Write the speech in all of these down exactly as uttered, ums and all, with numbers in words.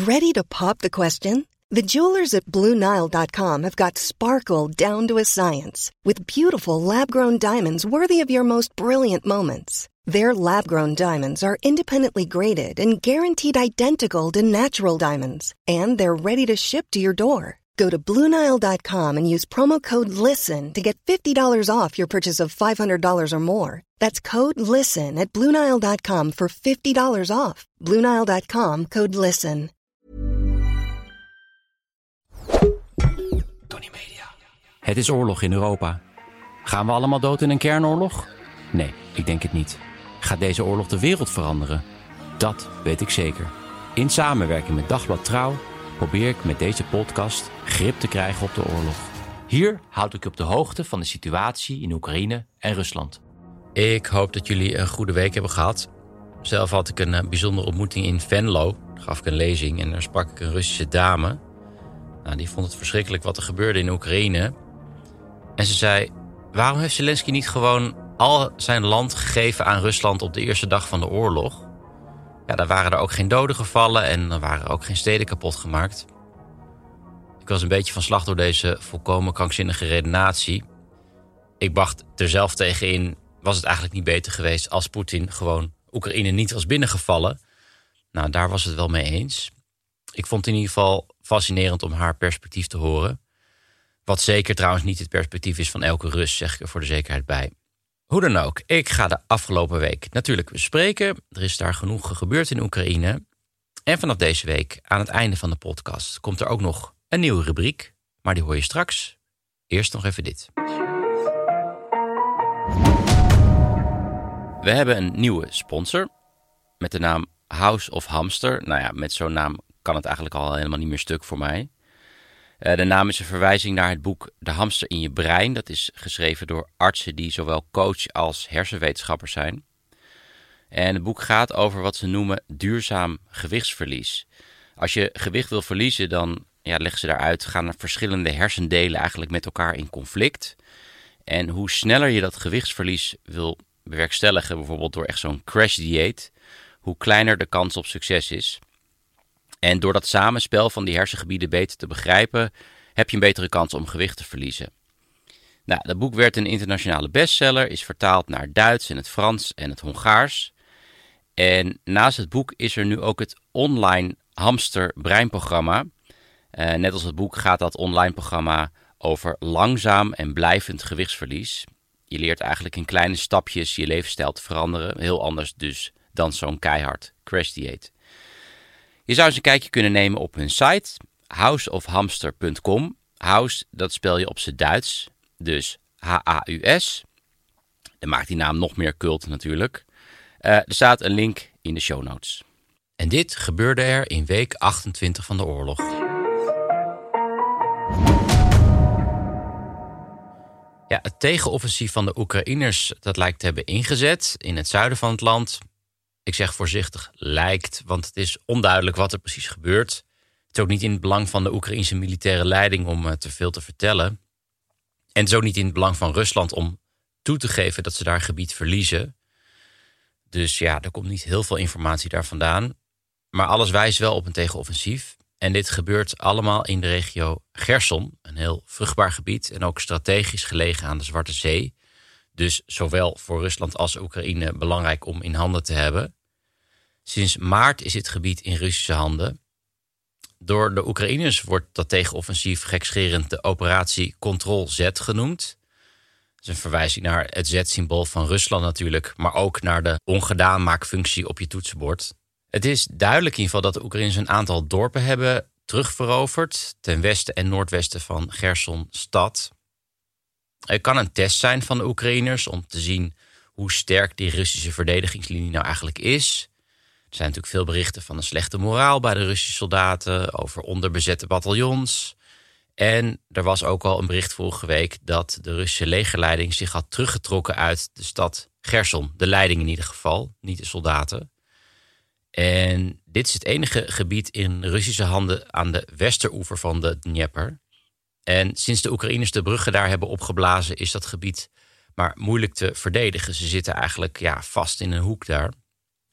Ready to pop the question? The jewelers at Blue Nile dot com have got sparkle down to a science with beautiful lab-grown diamonds worthy of your most brilliant moments. Their lab-grown diamonds are independently graded and guaranteed identical to natural diamonds, and they're ready to ship to your door. Go to Blue Nile dot com and use promo code LISTEN to get fifty dollars off your purchase of five hundred dollars or more. That's code LISTEN at Blue Nile dot com for fifty dollars off. Blue Nile dot com, code LISTEN. Tony Media. Het is oorlog in Europa. Gaan we allemaal dood in een kernoorlog? Nee, ik denk het niet. Gaat deze oorlog de wereld veranderen? Dat weet ik zeker. In samenwerking met Dagblad Trouw probeer ik met deze podcast grip te krijgen op de oorlog. Hier houd ik je op de hoogte van de situatie in Oekraïne en Rusland. Ik hoop dat jullie een goede week hebben gehad. Zelf had ik een uh, bijzondere ontmoeting in Venlo. Daar gaf ik een lezing en daar sprak ik een Russische dame. Nou, die vond het verschrikkelijk wat er gebeurde in Oekraïne. En ze zei, waarom heeft Zelensky niet gewoon al zijn land gegeven aan Rusland op de eerste dag van de oorlog? Ja, daar waren er ook geen doden gevallen en er waren ook geen steden kapot gemaakt. Ik was een beetje van slag door deze volkomen krankzinnige redenatie. Ik bracht er zelf tegenin, was het eigenlijk niet beter geweest als Poetin gewoon Oekraïne niet was binnengevallen? Nou, daar was het wel mee eens. Ik vond het in ieder geval fascinerend om haar perspectief te horen. Wat zeker trouwens niet het perspectief is van elke Rus, zeg ik er voor de zekerheid bij. Hoe dan ook, ik ga de afgelopen week natuurlijk bespreken. Er is daar genoeg gebeurd in Oekraïne. En vanaf deze week, aan het einde van de podcast, komt er ook nog een nieuwe rubriek. Maar die hoor je straks. Eerst nog even dit. We hebben een nieuwe sponsor met de naam House of Hamster. Nou ja, met zo'n naam kan het eigenlijk al helemaal niet meer stuk voor mij. Uh, de naam is een verwijzing naar het boek De Hamster in je brein. Dat is geschreven door artsen die zowel coach als hersenwetenschappers zijn. En het boek gaat over wat ze noemen duurzaam gewichtsverlies. Als je gewicht wil verliezen, dan ja, leggen ze daaruit, gaan er verschillende hersendelen eigenlijk met elkaar in conflict. En hoe sneller je dat gewichtsverlies wil bewerkstelligen, bijvoorbeeld door echt zo'n crash-dieet, hoe kleiner de kans op succes is. En door dat samenspel van die hersengebieden beter te begrijpen, heb je een betere kans om gewicht te verliezen. Nou, dat boek werd een internationale bestseller, is vertaald naar Duits en het Frans en het Hongaars. En naast het boek is er nu ook het online Hamster Breinprogramma. Uh, net als het boek gaat dat online programma over langzaam en blijvend gewichtsverlies. Je leert eigenlijk in kleine stapjes je levensstijl te veranderen. Heel anders dus dan zo'n keihard crash-dieet. Je zou eens een kijkje kunnen nemen op hun site, house of hamster punt com. House, dat spel je op z'n Duits, dus H A U S. Dat maakt die naam nog meer cult natuurlijk. Uh, er staat een link in de show notes. En dit gebeurde er in week achtentwintig van de oorlog. Ja, het tegenoffensief van de Oekraïners, dat lijkt te hebben ingezet in het zuiden van het land. Ik zeg voorzichtig lijkt, want het is onduidelijk wat er precies gebeurt. Het is ook niet in het belang van de Oekraïnse militaire leiding om uh, te veel te vertellen. En het is ook niet in het belang van Rusland om toe te geven dat ze daar gebied verliezen. Dus ja, er komt niet heel veel informatie daar vandaan. Maar alles wijst wel op een tegenoffensief. En dit gebeurt allemaal in de regio Cherson, een heel vruchtbaar gebied en ook strategisch gelegen aan de Zwarte Zee. Dus zowel voor Rusland als Oekraïne belangrijk om in handen te hebben. Sinds maart is dit gebied in Russische handen. Door de Oekraïners wordt dat tegenoffensief gekscherend de operatie Control-Z genoemd. Dat is een verwijzing naar het Z-symbool van Rusland natuurlijk, maar ook naar de ongedaanmaakfunctie op je toetsenbord. Het is duidelijk in ieder geval dat de Oekraïners een aantal dorpen hebben terugveroverd ten westen en noordwesten van Cherson stad. Het kan een test zijn van de Oekraïners om te zien hoe sterk die Russische verdedigingslinie nou eigenlijk is. Er zijn natuurlijk veel berichten van een slechte moraal bij de Russische soldaten, over onderbezette bataljons. En er was ook al een bericht vorige week dat de Russische legerleiding zich had teruggetrokken uit de stad Cherson. De leiding in ieder geval, niet de soldaten. En dit is het enige gebied in Russische handen aan de westeroever van de Dnieper. En sinds de Oekraïners de bruggen daar hebben opgeblazen, is dat gebied maar moeilijk te verdedigen. Ze zitten eigenlijk ja, vast in een hoek daar.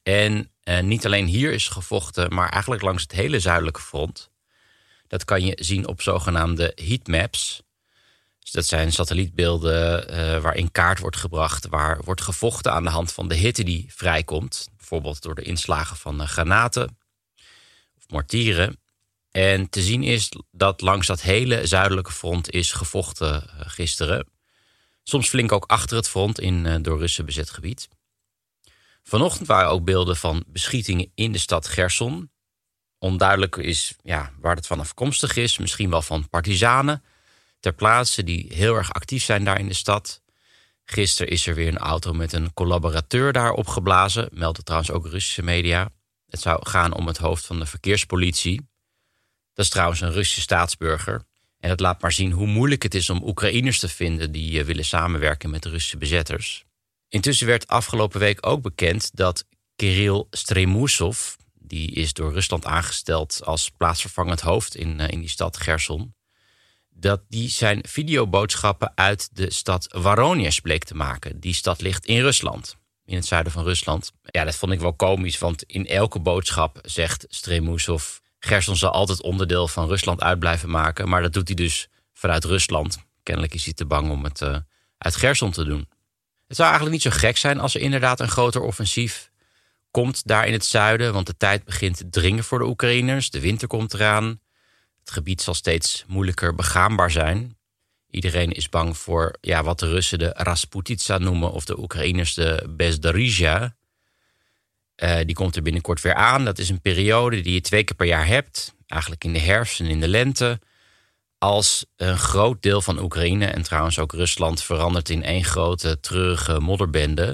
En uh, niet alleen hier is gevochten, maar eigenlijk langs het hele zuidelijke front. Dat kan je zien op zogenaamde heatmaps. Dus dat zijn satellietbeelden uh, waar in kaart wordt gebracht, waar wordt gevochten aan de hand van de hitte die vrijkomt. Bijvoorbeeld door de inslagen van uh, granaten of mortieren. En te zien is dat langs dat hele zuidelijke front is gevochten uh, gisteren. Soms flink ook achter het front in uh, door Russen bezet gebied. Vanochtend waren ook beelden van beschietingen in de stad Gerson. Onduidelijk is ja, waar het van afkomstig is. Misschien wel van partizanen ter plaatse die heel erg actief zijn daar in de stad. Gisteren is er weer een auto met een collaborateur daar opgeblazen. Melden trouwens ook Russische media. Het zou gaan om het hoofd van de verkeerspolitie. Dat is trouwens een Russische staatsburger. En dat laat maar zien hoe moeilijk het is om Oekraïners te vinden die uh, willen samenwerken met de Russische bezetters. Intussen werd afgelopen week ook bekend dat Kirill Stremousov, die is door Rusland aangesteld als plaatsvervangend hoofd in, uh, in die stad Gerson, dat die zijn videoboodschappen uit de stad Voronezh bleek te maken. Die stad ligt in Rusland, in het zuiden van Rusland. Ja, dat vond ik wel komisch, want in elke boodschap zegt Stremousov: Gerson zal altijd onderdeel van Rusland uit blijven maken. Maar dat doet hij dus vanuit Rusland. Kennelijk is hij te bang om het uh, uit Gerson te doen. Het zou eigenlijk niet zo gek zijn als er inderdaad een groter offensief komt daar in het zuiden. Want de tijd begint te dringen voor de Oekraïners. De winter komt eraan. Het gebied zal steeds moeilijker begaanbaar zijn. Iedereen is bang voor ja, wat de Russen de Rasputitsa noemen of de Oekraïners de Bezdarizhzhia. Uh, die komt er binnenkort weer aan. Dat is een periode die je twee keer per jaar hebt. Eigenlijk in de herfst en in de lente. Als een groot deel van Oekraïne en trouwens ook Rusland verandert in één grote treurige modderbende.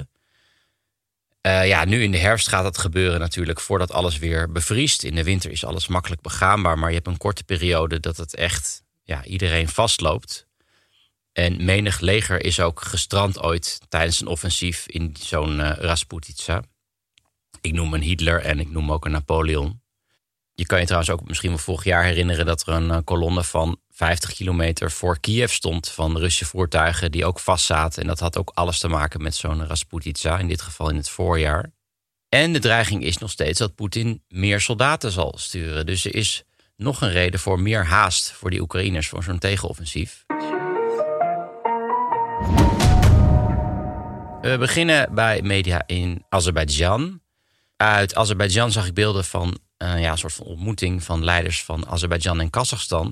Uh, ja, nu in de herfst gaat dat gebeuren natuurlijk voordat alles weer bevriest. In de winter is alles makkelijk begaanbaar, maar je hebt een korte periode dat het echt ja, iedereen vastloopt. En menig leger is ook gestrand ooit tijdens een offensief in zo'n uh, Rasputitsa. Ik noem een Hitler en ik noem ook een Napoleon. Je kan je trouwens ook misschien wel vorig jaar herinneren dat er een kolonne van vijftig kilometer voor Kiev stond van Russische voertuigen die ook vastzaten. En dat had ook alles te maken met zo'n Rasputitsa, in dit geval in het voorjaar. En de dreiging is nog steeds dat Poetin meer soldaten zal sturen. Dus er is nog een reden voor meer haast voor die Oekraïners, voor zo'n tegenoffensief. We beginnen bij media in Azerbeidzjan. Uit Azerbeidzjan zag ik beelden van uh, ja, een soort van ontmoeting van leiders van Azerbeidzjan en Kazachstan.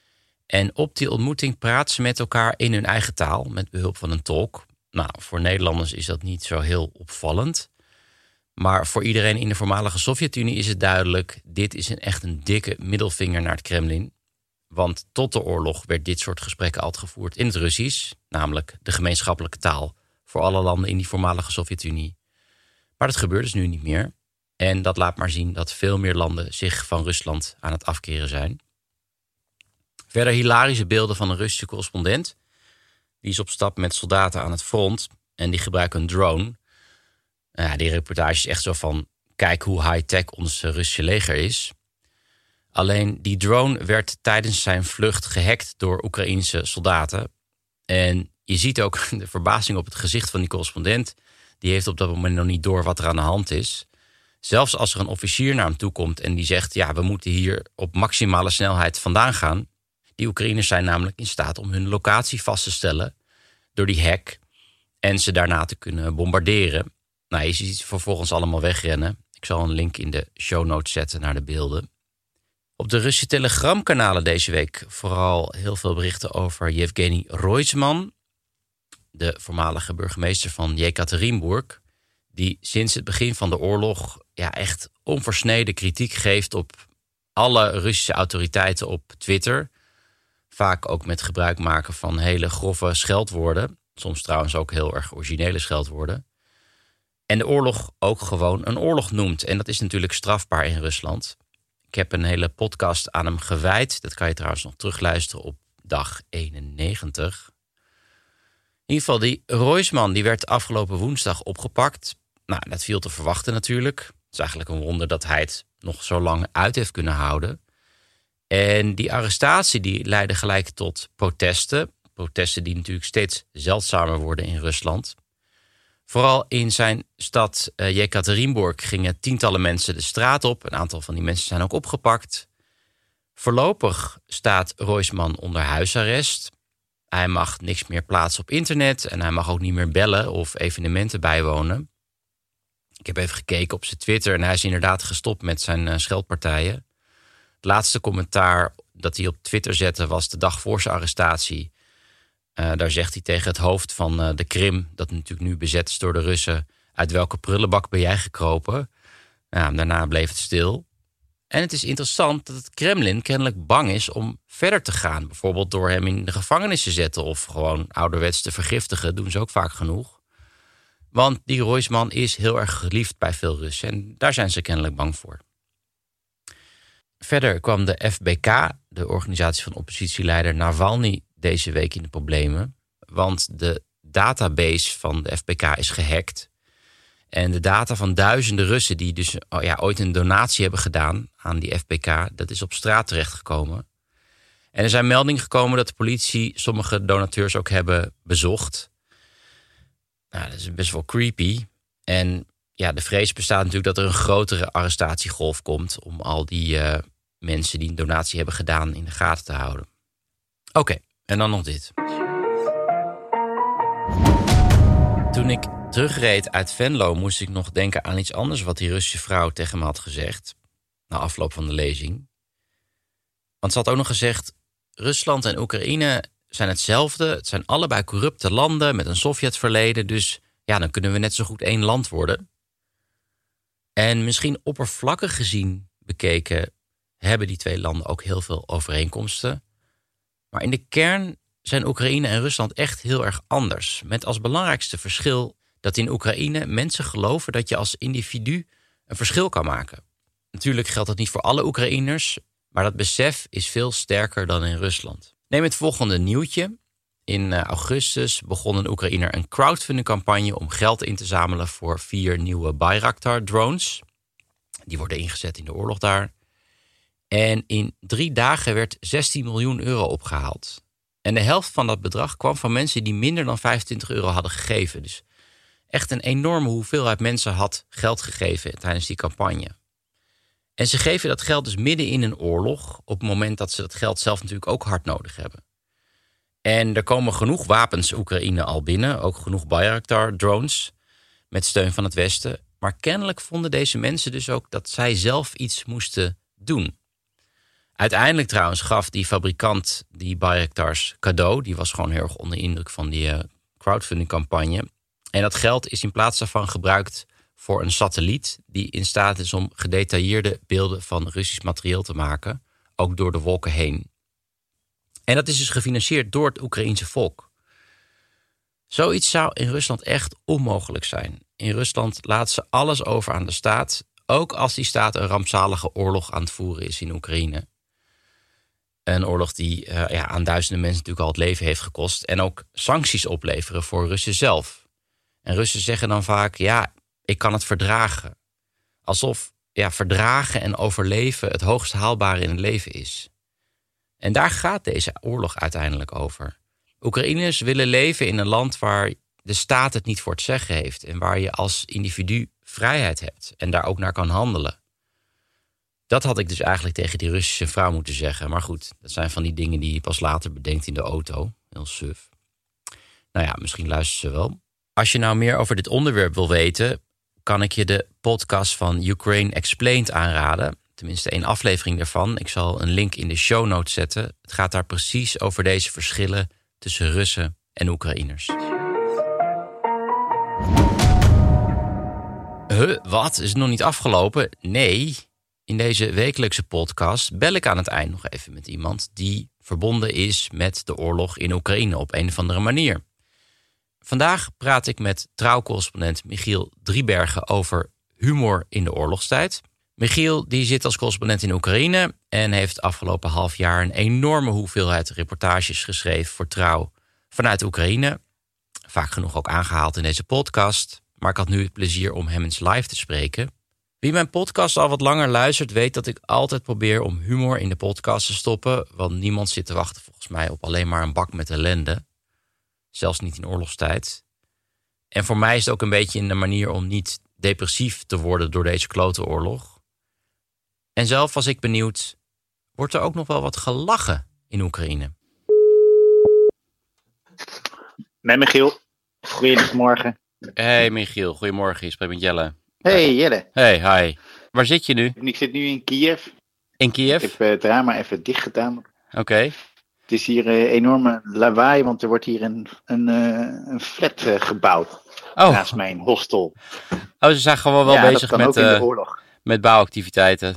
En op die ontmoeting praten ze met elkaar in hun eigen taal, met behulp van een tolk. Nou, voor Nederlanders is dat niet zo heel opvallend. Maar voor iedereen in de voormalige Sovjet-Unie is het duidelijk: dit is een echt een dikke middelvinger naar het Kremlin. Want tot de oorlog werd dit soort gesprekken altijd gevoerd in het Russisch, namelijk de gemeenschappelijke taal voor alle landen in die voormalige Sovjet-Unie. Maar dat gebeurt dus nu niet meer. En dat laat maar zien dat veel meer landen zich van Rusland aan het afkeren zijn. Verder hilarische beelden van een Russische correspondent. Die is op stap met soldaten aan het front en die gebruiken een drone. Ja, die reportage is echt zo van: kijk hoe high-tech ons Russische leger is. Alleen die drone werd tijdens zijn vlucht gehackt door Oekraïense soldaten. En je ziet ook de verbazing op het gezicht van die correspondent. Die heeft op dat moment nog niet door wat er aan de hand is. Zelfs als er een officier naar hem toe komt en die zegt: ja, we moeten hier op maximale snelheid vandaan gaan. Die Oekraïners zijn namelijk in staat om hun locatie vast te stellen door die hack en ze daarna te kunnen bombarderen. Nou, je ziet ze vervolgens allemaal wegrennen. Ik zal een link in de show notes zetten naar de beelden. Op de Russische telegramkanalen deze week vooral heel veel berichten over Yevgeny Roizman, de voormalige burgemeester van Jekaterinburg, die sinds het begin van de oorlog ja, echt onversneden kritiek geeft op alle Russische autoriteiten op Twitter. Vaak ook met gebruik maken van hele grove scheldwoorden. Soms trouwens ook heel erg originele scheldwoorden. En de oorlog ook gewoon een oorlog noemt. En dat is natuurlijk strafbaar in Rusland. Ik heb een hele podcast aan hem gewijd. Dat kan je trouwens nog terugluisteren op dag eenennegentig. In ieder geval, die Roizman die werd afgelopen woensdag opgepakt. Nou, dat viel te verwachten natuurlijk. Het is eigenlijk een wonder dat hij het nog zo lang uit heeft kunnen houden. En die arrestatie die leidde gelijk tot protesten. Protesten die natuurlijk steeds zeldzamer worden in Rusland. Vooral in zijn stad uh, Jekaterinburg gingen tientallen mensen de straat op. Een aantal van die mensen zijn ook opgepakt. Voorlopig staat Roisman onder huisarrest. Hij mag niks meer plaatsen op internet en hij mag ook niet meer bellen of evenementen bijwonen. Ik heb even gekeken op zijn Twitter en hij is inderdaad gestopt met zijn uh, scheldpartijen. Het laatste commentaar dat hij op Twitter zette was de dag voor zijn arrestatie. Uh, daar zegt hij tegen het hoofd van uh, de Krim, dat natuurlijk nu bezet is door de Russen, uit welke prullenbak ben jij gekropen? Nou, daarna bleef het stil. En het is interessant dat het Kremlin kennelijk bang is om verder te gaan. Bijvoorbeeld door hem in de gevangenis te zetten of gewoon ouderwets te vergiftigen. Doen ze ook vaak genoeg. Want die Roisman is heel erg geliefd bij veel Russen. En daar zijn ze kennelijk bang voor. Verder kwam de F B K, de organisatie van oppositieleider Navalny, deze week in de problemen. Want de database van de F B K is gehackt. En de data van duizenden Russen die dus oh ja, ooit een donatie hebben gedaan aan die F B K, dat is op straat terechtgekomen. En er zijn meldingen gekomen dat de politie sommige donateurs ook hebben bezocht. Nou, dat is best wel creepy. En ja, de vrees bestaat natuurlijk dat er een grotere arrestatiegolf komt om al die uh, mensen die een donatie hebben gedaan in de gaten te houden. Oké, okay, en dan nog dit. Toen ik terugreed uit Venlo moest ik nog denken aan iets anders wat die Russische vrouw tegen me had gezegd na afloop van de lezing. Want ze had ook nog gezegd, Rusland en Oekraïne zijn hetzelfde. Het zijn allebei corrupte landen met een Sovjetverleden. Dus ja, dan kunnen we net zo goed één land worden. En misschien oppervlakkig gezien bekeken hebben die twee landen ook heel veel overeenkomsten. Maar in de kern zijn Oekraïne en Rusland echt heel erg anders. Met als belangrijkste verschil dat in Oekraïne mensen geloven dat je als individu een verschil kan maken. Natuurlijk geldt dat niet voor alle Oekraïners, maar dat besef is veel sterker dan in Rusland. Neem het volgende nieuwtje. In augustus begon een Oekraïner een crowdfundingcampagne om geld in te zamelen voor vier nieuwe Bayraktar-drones. Die worden ingezet in de oorlog daar. En in drie dagen werd zestien miljoen euro opgehaald. En de helft van dat bedrag kwam van mensen die minder dan vijfentwintig euro hadden gegeven. Dus echt een enorme hoeveelheid mensen had geld gegeven tijdens die campagne. En ze geven dat geld dus midden in een oorlog, op het moment dat ze dat geld zelf natuurlijk ook hard nodig hebben. En er komen genoeg wapens Oekraïne al binnen, ook genoeg Bayraktar-drones, met steun van het Westen. Maar kennelijk vonden deze mensen dus ook dat zij zelf iets moesten doen. Uiteindelijk trouwens gaf die fabrikant die Bayraktars cadeau. Die was gewoon heel erg onder indruk van die uh, crowdfundingcampagne. En dat geld is in plaats daarvan gebruikt voor een satelliet die in staat is om gedetailleerde beelden van Russisch materieel te maken, ook door de wolken heen. En dat is dus gefinancierd door het Oekraïense volk. Zoiets zou in Rusland echt onmogelijk zijn. In Rusland laten ze alles over aan de staat, ook als die staat een rampzalige oorlog aan het voeren is in Oekraïne. Een oorlog die uh, ja, aan duizenden mensen natuurlijk al het leven heeft gekost en ook sancties opleveren voor Russen zelf. En Russen zeggen dan vaak, ja, ik kan het verdragen. Alsof ja, verdragen en overleven het hoogst haalbare in het leven is. En daar gaat deze oorlog uiteindelijk over. Oekraïners willen leven in een land waar de staat het niet voor het zeggen heeft en waar je als individu vrijheid hebt en daar ook naar kan handelen. Dat had ik dus eigenlijk tegen die Russische vrouw moeten zeggen. Maar goed, dat zijn van die dingen die je pas later bedenkt in de auto. Heel suf. Nou ja, misschien luistert ze wel. Als je nou meer over dit onderwerp wil weten, kan ik je de podcast van Ukraine Explained aanraden. Tenminste, één aflevering daarvan. Ik zal een link in de show notes zetten. Het gaat daar precies over deze verschillen tussen Russen en Oekraïners. Huh, wat? Is het nog niet afgelopen? Nee. In deze wekelijkse podcast bel ik aan het eind nog even met iemand die verbonden is met de oorlog in Oekraïne op een of andere manier. Vandaag praat ik met Trouw-correspondent Michiel Driebergen over humor in de oorlogstijd. Michiel die zit als correspondent in Oekraïne en heeft afgelopen half jaar een enorme hoeveelheid reportages geschreven voor Trouw vanuit Oekraïne. Vaak genoeg ook aangehaald in deze podcast, maar ik had nu het plezier om hem eens live te spreken. Wie mijn podcast al wat langer luistert weet dat ik altijd probeer om humor in de podcast te stoppen, want niemand zit te wachten volgens mij op alleen maar een bak met ellende. Zelfs niet in oorlogstijd. En voor mij is het ook een beetje een manier om niet depressief te worden door deze klote oorlog. En zelf was ik benieuwd, wordt er ook nog wel wat gelachen in Oekraïne? Met Michiel. Goedemorgen. Hey Michiel, goedemorgen. Je spreekt met Jelle. Hey Jelle. Hey, hi. Waar zit je nu? Ik zit nu in Kiev. In Kiev? Ik heb uh, het raam maar even dicht gedaan. Oké. Okay. Het is hier uh, enorme lawaai, want er wordt hier een, een, uh, een flat uh, gebouwd. Oh. Naast mijn hostel. Oh, ze zijn gewoon wel ja, bezig dat met, ook in de uh, oorlog. met bouwactiviteiten.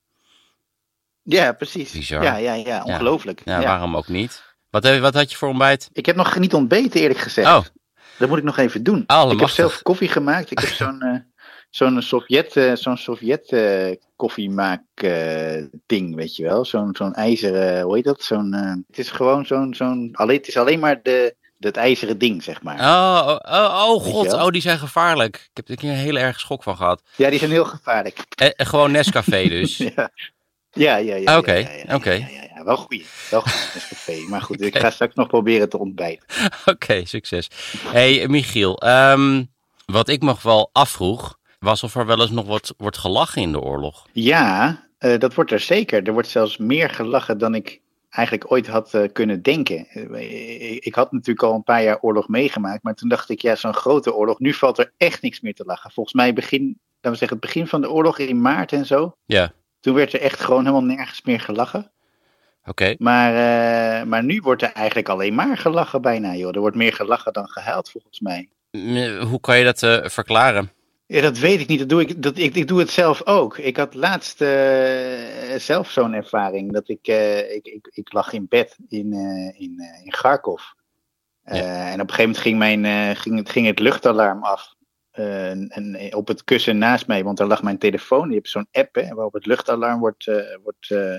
Ja, precies. Bizar. Ja, ja, ja, ongelooflijk. Ja, ja, ja. Waarom ook niet? Wat, heb, wat had je voor ontbijt? Ik heb nog niet ontbeten, eerlijk gezegd. Oh. Dat moet ik nog even doen. Oh, ik heb zelf koffie gemaakt. Ik heb zo'n uh, zo'n Sovjet, uh, zo'n Sovjet uh, koffiemaak uh, ding, weet je wel. Zo'n zo'n ijzeren, hoe heet dat? Zo'n, uh, het is gewoon zo'n, zo'n alleen, het is alleen maar de, het ijzeren ding, zeg maar. Oh, oh, oh god, oh, die zijn gevaarlijk. Ik heb er een keer een heel erg schok van gehad. Ja, die zijn heel gevaarlijk. Eh, gewoon Nescafé dus. ja. Ja, ja, ja. Oké, ja, ja, ja, oké. Ja, ja, ja, wel goeie. Wel goed, Nescafé. Maar goed, okay. Ik ga straks nog proberen te ontbijten. Oké, okay, succes. Hey, Michiel. Um, wat ik me wel afvroeg, was of er wel eens nog wordt, wordt gelachen in de oorlog. Ja, uh, dat wordt er zeker. Er wordt zelfs meer gelachen dan ik eigenlijk ooit had uh, kunnen denken. Uh, ik had natuurlijk al een paar jaar oorlog meegemaakt, maar toen dacht ik, ja, zo'n grote oorlog, nu valt er echt niks meer te lachen. Volgens mij begin, laten we zeggen, het begin van de oorlog in maart en zo. Ja. Toen werd er echt gewoon helemaal nergens meer gelachen. Oké. Okay. Maar, uh, maar nu wordt er eigenlijk alleen maar gelachen bijna, joh. Er wordt meer gelachen dan gehuild, volgens mij. Hoe kan je dat uh, verklaren? Ja, dat weet ik niet. Dat doe ik, dat, ik, ik doe het zelf ook. Ik had laatst uh, zelf zo'n ervaring. Dat ik, uh, ik, ik, ik lag in bed in, uh, in, uh, in Kharkov. Uh, ja. En op een gegeven moment ging, mijn, uh, ging, het, ging het luchtalarm af. Uh, en, en op het kussen naast mij, want daar lag mijn telefoon. Je hebt zo'n app hè, waarop het luchtalarm wordt, uh, wordt, uh,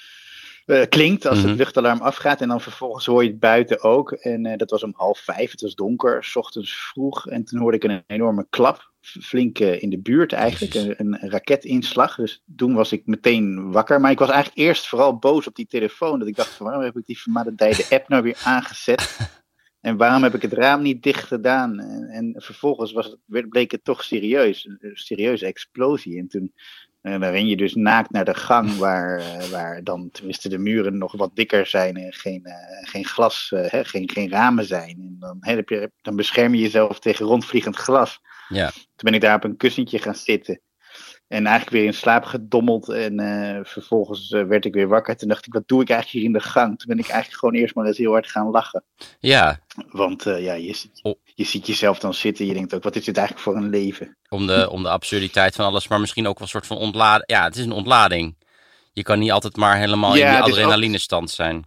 uh, klinkt als mm-hmm. het luchtalarm afgaat. En dan vervolgens hoor je het buiten ook. En uh, dat was om half vijf, het was donker, 's ochtends vroeg. En toen hoorde ik een enorme klap, flink uh, in de buurt eigenlijk, een, een raketinslag. Dus toen was ik meteen wakker. Maar ik was eigenlijk eerst vooral boos op die telefoon. Dat ik dacht, van, waarom heb ik die vermaledijde app nou weer aangezet? En waarom heb ik het raam niet dicht gedaan? En, en vervolgens was het, bleek het toch serieus. Een serieuze explosie. En toen uh, dan ren je dus naakt naar de gang waar, uh, waar dan tenminste de muren nog wat dikker zijn en geen, uh, geen glas, uh, hè, geen, geen ramen zijn. En dan, hè, heb je, dan bescherm je jezelf tegen rondvliegend glas. Ja. Toen ben ik daar op een kussentje gaan zitten. En eigenlijk weer in slaap gedommeld. En uh, vervolgens uh, werd ik weer wakker. Toen dacht ik, wat doe ik eigenlijk hier in de gang? Toen ben ik eigenlijk gewoon eerst maar eens heel hard gaan lachen. Ja. Want uh, ja, je, je ziet jezelf dan zitten. Je denkt ook, wat is dit eigenlijk voor een leven? Om de, om de absurditeit van alles. Maar misschien ook wel een soort van ontlading. Ja, het is een ontlading. Je kan niet altijd maar helemaal ja, in die adrenalinestand zijn.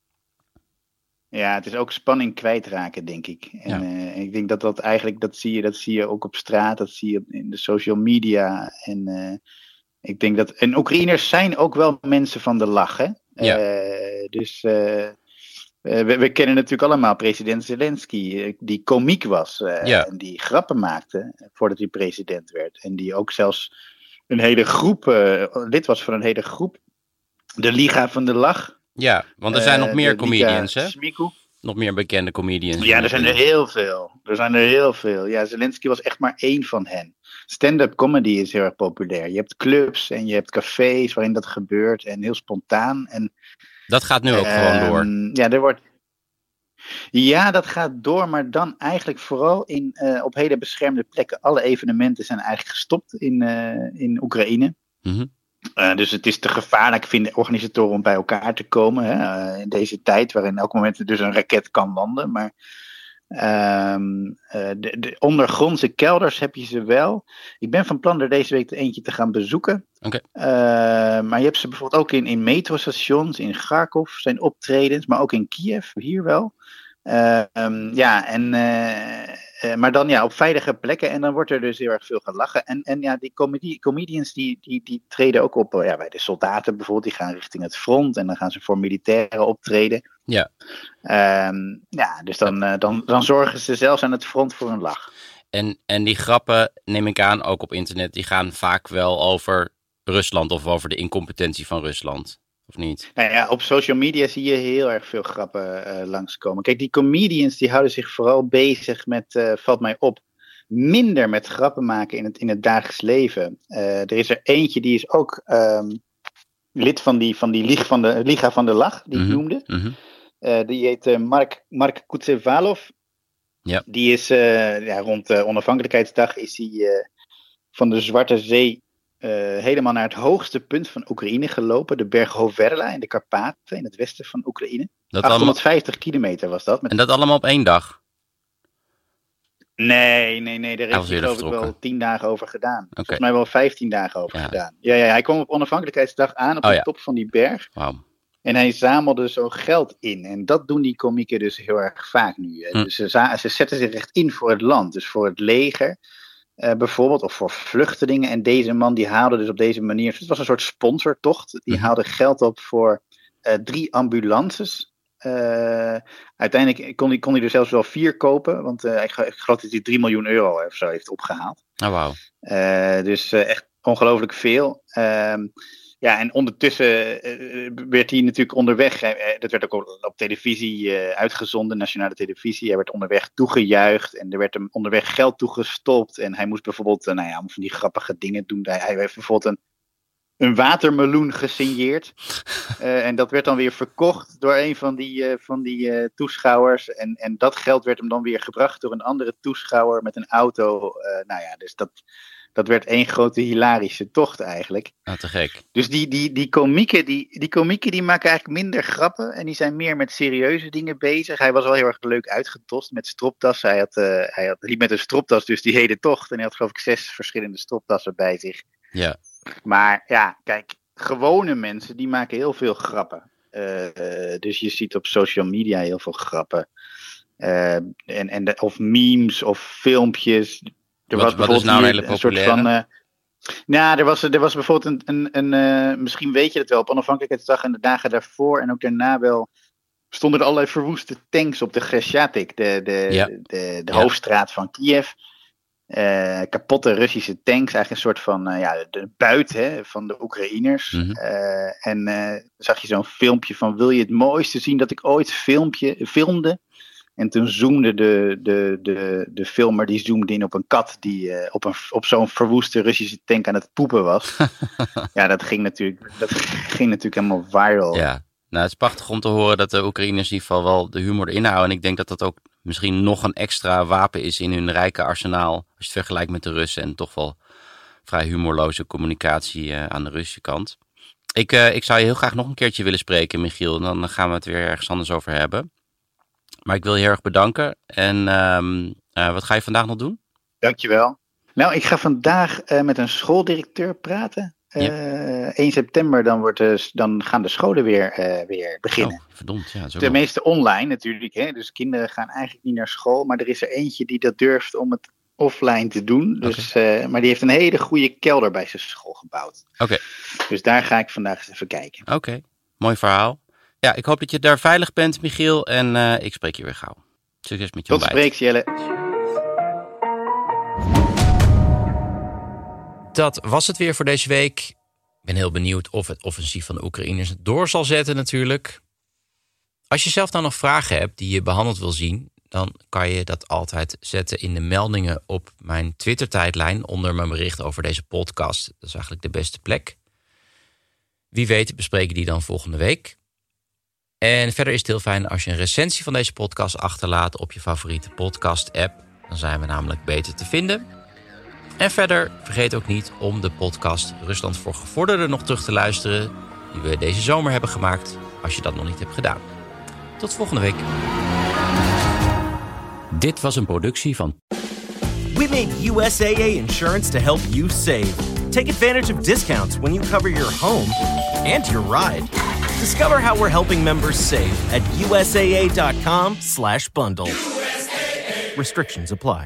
Ja, het is ook spanning kwijtraken, denk ik. En ja. uh, ik denk dat dat eigenlijk, dat zie je, dat zie je ook op straat, dat zie je in de social media. En uh, ik denk dat, en Oekraïners zijn ook wel mensen van de lach, hè? Ja. Uh, dus uh, we, we kennen natuurlijk allemaal president Zelensky, die komiek was. Uh, ja. En die grappen maakte voordat hij president werd. En die ook zelfs een hele groep, uh, lid was van een hele groep. De Liga van de Lach. Ja, want er zijn nog meer uh, comedians, hè? Smiku. Nog meer bekende comedians. Ja, er zijn er heel veel. Er zijn er heel veel. Ja, Zelensky was echt maar één van hen. Stand-up comedy is heel erg populair. Je hebt clubs en je hebt cafés waarin dat gebeurt. En heel spontaan. En, dat gaat nu ook uh, gewoon door. Ja, er wordt... Ja, dat gaat door, maar dan eigenlijk vooral in, uh, op hele beschermde plekken. Alle evenementen zijn eigenlijk gestopt in, uh, in Oekraïne. Mm-hmm. Uh, dus het is te gevaarlijk, vinden organisatoren, om bij elkaar te komen. Hè, uh, in deze tijd, waarin elk moment dus een raket kan landen. Maar uh, uh, de, de ondergrondse kelders heb je ze wel. Ik ben van plan er deze week eentje te gaan bezoeken. Okay. Uh, maar je hebt ze bijvoorbeeld ook in, in metrostations, in Kharkov zijn optredens, maar ook in Kiev, hier wel. Uh, um, ja, en, uh, uh, maar dan ja, op veilige plekken. En dan wordt er dus heel erg veel gelachen. En, en ja, die comedi- comedians die, die, die treden ook op, uh, ja, bij de soldaten bijvoorbeeld. Die gaan richting het front en dan gaan ze voor militairen optreden. Ja. Um, ja, dus dan, uh, dan, dan zorgen ze zelfs aan het front voor een lach. En, en die grappen, neem ik aan, ook op internet, die gaan vaak wel over Rusland of over de incompetentie van Rusland. Of niet? Nou ja, op social media zie je heel erg veel grappen uh, langskomen. Kijk, die comedians die houden zich vooral bezig met, uh, valt mij op, minder met grappen maken in het, in het dagelijks leven. Uh, er is er eentje, die is ook um, lid van die, van die Liga van de, Liga van de Lach, die mm-hmm. ik noemde. Mm-hmm. Uh, die heet uh, Mark, Mark Kutsevalov. Ja. Die is uh, ja, rond uh, onafhankelijkheidsdag is hij uh, van de Zwarte Zee uh, helemaal naar het hoogste punt van Oekraïne gelopen. De berg Hoverla in de Karpaten, in het westen van Oekraïne. Dat achthonderdvijftig allemaal... kilometer was dat. Met... En dat allemaal op één dag? Nee, nee, nee. Daar heeft hij geloof ik wel tien dagen over gedaan. Okay. Volgens mij wel vijftien dagen over ja. gedaan. Ja, ja, hij kwam op onafhankelijkheidsdag aan op oh, de ja. top van die berg. Wow. En hij zamelde zo geld in. En dat doen die komieken dus heel erg vaak nu. Hm. Dus ze, ze zetten zich echt in voor het land. Dus voor het leger uh, bijvoorbeeld. Of voor vluchtelingen. En deze man die haalde dus op deze manier. Het was een soort sponsortocht. Die hm. haalde geld op voor uh, drie ambulances. Uh, uiteindelijk kon hij, kon hij er zelfs wel vier kopen. Want uh, ik, ik geloof dat hij drie miljoen euro of zo heeft opgehaald. Oh, wauw. Uh, dus uh, echt ongelooflijk veel. Uh, Ja, en ondertussen uh, werd hij natuurlijk onderweg. Uh, dat werd ook op televisie uh, uitgezonden, nationale televisie. Hij werd onderweg toegejuicht en er werd hem onderweg geld toegestopt. En hij moest bijvoorbeeld, uh, nou ja, van die grappige dingen doen. Hij, hij heeft bijvoorbeeld een, een watermeloen gesigneerd. Uh, en dat werd dan weer verkocht door een van die, uh, van die uh, toeschouwers. En, en dat geld werd hem dan weer gebracht door een andere toeschouwer met een auto. Uh, nou ja, dus dat... Dat werd één grote hilarische tocht eigenlijk. Ah, te gek. Dus die, die, die, komieken, die, die komieken die maken eigenlijk minder grappen. En die zijn meer met serieuze dingen bezig. Hij was wel heel erg leuk uitgetost met stropdassen. Hij, had, uh, hij had, liep met een stropdas dus die hele tocht. En hij had geloof ik zes verschillende stropdassen bij zich. Ja. Maar ja, kijk, gewone mensen die maken heel veel grappen. Uh, uh, dus je ziet op social media heel veel grappen. Uh, en, en de, of memes of filmpjes... Er wat, was wat is nou een hele populaire? Een soort van, uh, nou, er was, er was bijvoorbeeld een, een, een uh, misschien weet je het wel, op onafhankelijkheidsdag en de dagen daarvoor en ook daarna wel, stonden er allerlei verwoeste tanks op de Grещatyk, de, de, ja. de, de, de ja. hoofdstraat van Kiev. Uh, kapotte Russische tanks, eigenlijk een soort van uh, ja, de buit hè, van de Oekraïners. Mm-hmm. Uh, en uh, zag je zo'n filmpje van, wil je het mooiste zien dat ik ooit filmpje, filmde? En toen zoomde de, de, de, de filmer, die zoomde in op een kat die uh, op, een, op zo'n verwoeste Russische tank aan het poepen was. Ja, dat ging natuurlijk, dat ging natuurlijk helemaal viral. Ja, nou het is prachtig om te horen dat de Oekraïners in ieder geval wel de humor erin houden. En ik denk dat dat ook misschien nog een extra wapen is in hun rijke arsenaal. Als je het vergelijkt met de Russen en toch wel vrij humorloze communicatie uh, aan de Russische kant. Ik, uh, ik zou je heel graag nog een keertje willen spreken, Michiel. En dan gaan we het weer ergens anders over hebben. Maar ik wil je heel erg bedanken. En um, uh, wat ga je vandaag nog doen? Dankjewel. Nou, ik ga vandaag uh, met een schooldirecteur praten. Uh, ja. één september dan, wordt de, dan gaan de scholen weer, uh, weer beginnen. Oh, verdomd, ja. De meeste online natuurlijk. Hè? Dus kinderen gaan eigenlijk niet naar school. Maar er is er eentje die dat durft om het offline te doen. Dus, okay. uh, maar die heeft een hele goede kelder bij zijn school gebouwd. Oké. Okay. Dus daar ga ik vandaag eens even kijken. Oké, okay. Mooi verhaal. Ja, ik hoop dat je daar veilig bent, Michiel. En uh, ik spreek je weer gauw. Succes met je ontbijt. Tot spreeks, Jelle. Dat was het weer voor deze week. Ik ben heel benieuwd of het offensief van de Oekraïners het door zal zetten natuurlijk. Als je zelf nou nog vragen hebt die je behandeld wil zien, dan kan je dat altijd zetten in de meldingen op mijn Twitter-tijdlijn onder mijn bericht over deze podcast. Dat is eigenlijk de beste plek. Wie weet bespreken die dan volgende week. En verder is het heel fijn als je een recensie van deze podcast achterlaat op je favoriete podcast-app. Dan zijn we namelijk beter te vinden. En verder vergeet ook niet om de podcast Rusland voor Gevorderden nog terug te luisteren, die we deze zomer hebben gemaakt, als je dat nog niet hebt gedaan. Tot volgende week. Dit was een productie van We made U S A A insurance to help you save. Take advantage of discounts when you cover your home and your ride. Discover how we're helping members save at usaa.com slash bundle. U S A A. Restrictions apply.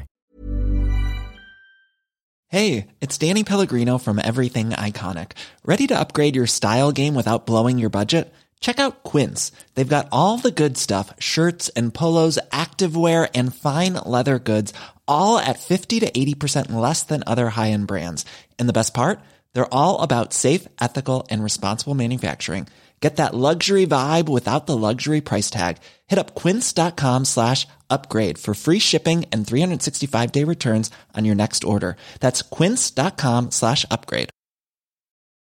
Hey, it's Danny Pellegrino from Everything Iconic. Ready to upgrade your style game without blowing your budget? Check out Quince. They've got all the good stuff, shirts and polos, activewear, and fine leather goods, all at fifty to eighty percent less than other high-end brands. And the best part? They're all about safe, ethical, and responsible manufacturing. Get that luxury vibe without the luxury price tag. Hit up quince.com slash upgrade for free shipping and three sixty-five day returns on your next order. That's quince.com slash upgrade.